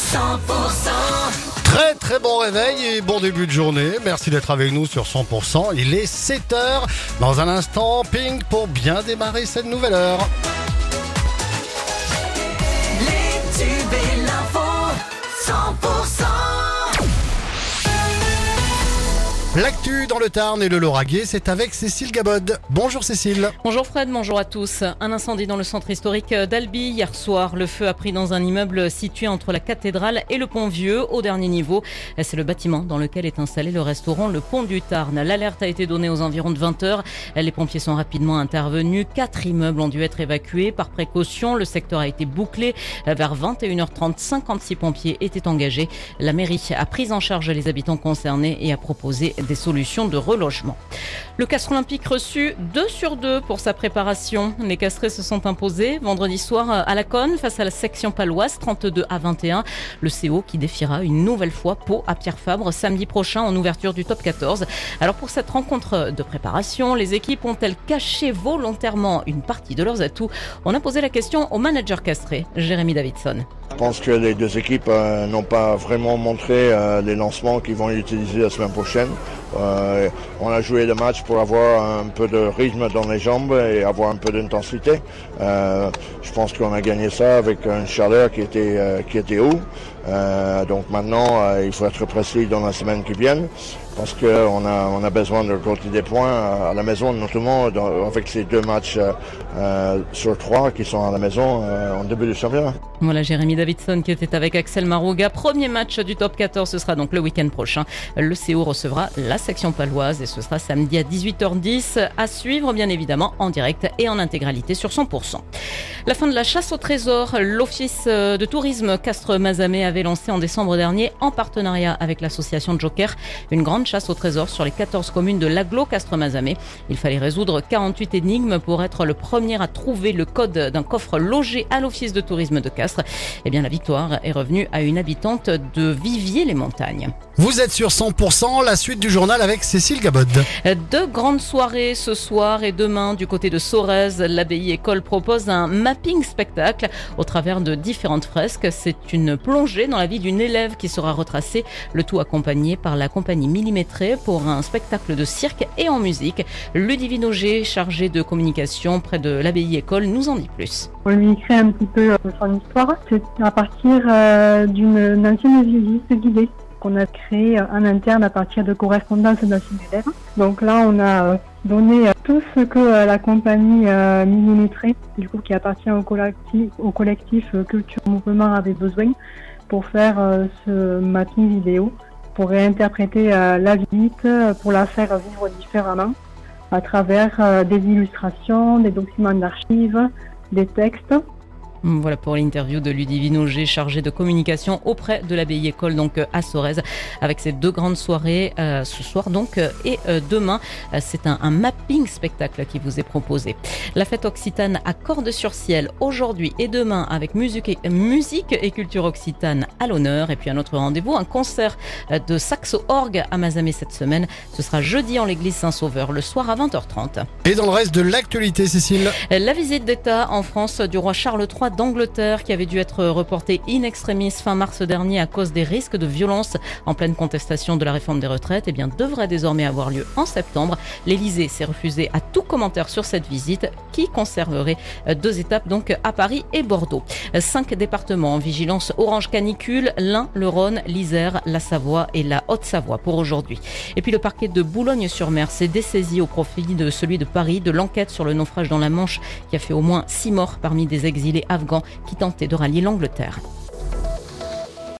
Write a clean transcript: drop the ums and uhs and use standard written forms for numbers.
Très très bon réveil et bon début de journée. Merci d'être avec nous sur 100%. Il est 7h. Dans un instant, Pink pour bien démarrer cette nouvelle heure. Les tubes et l'info, 100%. L'actu dans le Tarn et le Lauragais, c'est avec Cécile Gabod. Bonjour Cécile. Bonjour Fred, bonjour à tous. Un incendie dans le centre historique d'Albi hier soir. Le feu a pris dans un immeuble situé entre la cathédrale et le pont Vieux, au dernier niveau. C'est le bâtiment dans lequel est installé le restaurant Le Pont du Tarn. L'alerte a été donnée aux environs de 20h. Les pompiers sont rapidement intervenus. 4 immeubles ont dû être évacués. Par précaution, le secteur a été bouclé. Vers 21h30, 56 pompiers étaient engagés. La mairie a pris en charge les habitants concernés et a proposé des solutions de relogement. Le Castres olympique reçu 2 sur 2 pour sa préparation. Les Castrés se sont imposés vendredi soir à la Conne face à la section paloise 32-21. Le CO qui défiera une nouvelle fois Pau à Pierre Fabre samedi prochain en ouverture du top 14. Alors pour cette rencontre de préparation, les équipes ont-elles caché volontairement une partie de leurs atouts? On a posé la question au manager castré, Jérémy Davidson. Je pense que les deux équipes n'ont pas vraiment montré les lancements qu'ils vont utiliser la semaine prochaine. On a joué le match pour avoir un peu de rythme dans les jambes et avoir un peu d'intensité. Je pense qu'on a gagné ça avec une chaleur qui était haut. Donc maintenant, il faut être précis dans la semaine qui vient parce qu'on a besoin de récolter des points à la maison, notamment avec ces 2 matchs sur 3 qui sont à la maison en début de championnat. Voilà Jérémy Davidson qui était avec Axel Marouga. Premier match du top 14, ce sera donc le week-end prochain. Le CO recevra la section paloise et ce sera samedi à 18h10 à suivre bien évidemment en direct et en intégralité sur 100%. La fin de la chasse au trésor, l'office de tourisme Castres-Mazamet avait lancé en décembre dernier en partenariat avec l'association Joker une grande chasse au trésor sur les 14 communes de l'agglo Castres-Mazamet. Il fallait résoudre 48 énigmes pour être le premier à trouver le code d'un coffre logé à l'office de tourisme de Castres. Eh bien la victoire est revenue à une habitante de Viviers-les-Montagnes. Vous êtes sur 100%, la suite du journal avec Cécile Gabod. 2 grandes soirées ce soir et demain du côté de Sorèze. L'abbaye école propose un mapping spectacle au travers de différentes fresques. C'est une plongée dans la vie d'une élève qui sera retracée, le tout accompagné par la compagnie Millimétrée pour un spectacle de cirque et en musique. Ludivine Auger, chargée de communication près de l'abbaye école, nous en dit plus. On lui crée un petit peu son histoire. C'est à partir d'une ancienne visite guidée qu'on a créé en interne à partir de correspondances d'anciens élèves. Donc là, on a donné tout ce que la compagnie Millimétrée, du coup qui appartient au collectif Culture Mouvement, avait besoin pour faire ce mapping vidéo, pour réinterpréter la visite, pour la faire vivre différemment à travers des illustrations, des documents d'archives, des textes. Voilà pour l'interview de Ludivine Auger, chargée de communication auprès de l'abbaye école donc à Sorèze, avec ces 2 grandes soirées ce soir donc et demain. C'est un mapping spectacle qui vous est proposé. La fête occitane à Cordes-sur-Ciel aujourd'hui et demain avec musique et culture occitane à l'honneur. Et puis un autre rendez-vous, un concert de saxo-orgue à Mazamet cette semaine. Ce sera jeudi en l'église Saint-Sauveur le soir à 20h30. Et dans le reste de l'actualité, Cécile, la visite d'État en France du roi Charles III d'Angleterre qui avait dû être reportée in extremis fin mars dernier à cause des risques de violence en pleine contestation de la réforme des retraites, eh bien devrait désormais avoir lieu en septembre. L'Élysée s'est refusé à tout commentaire sur cette visite qui conserverait 2 étapes donc à Paris et Bordeaux. 5 départements en vigilance orange canicule, l'Ain, le Rhône, l'Isère, la Savoie et la Haute-Savoie pour aujourd'hui. Et puis le parquet de Boulogne-sur-Mer s'est dessaisi au profit de celui de Paris de l'enquête sur le naufrage dans la Manche qui a fait au moins 6 morts parmi des exilés afghans qui tentaient de rallier l'Angleterre.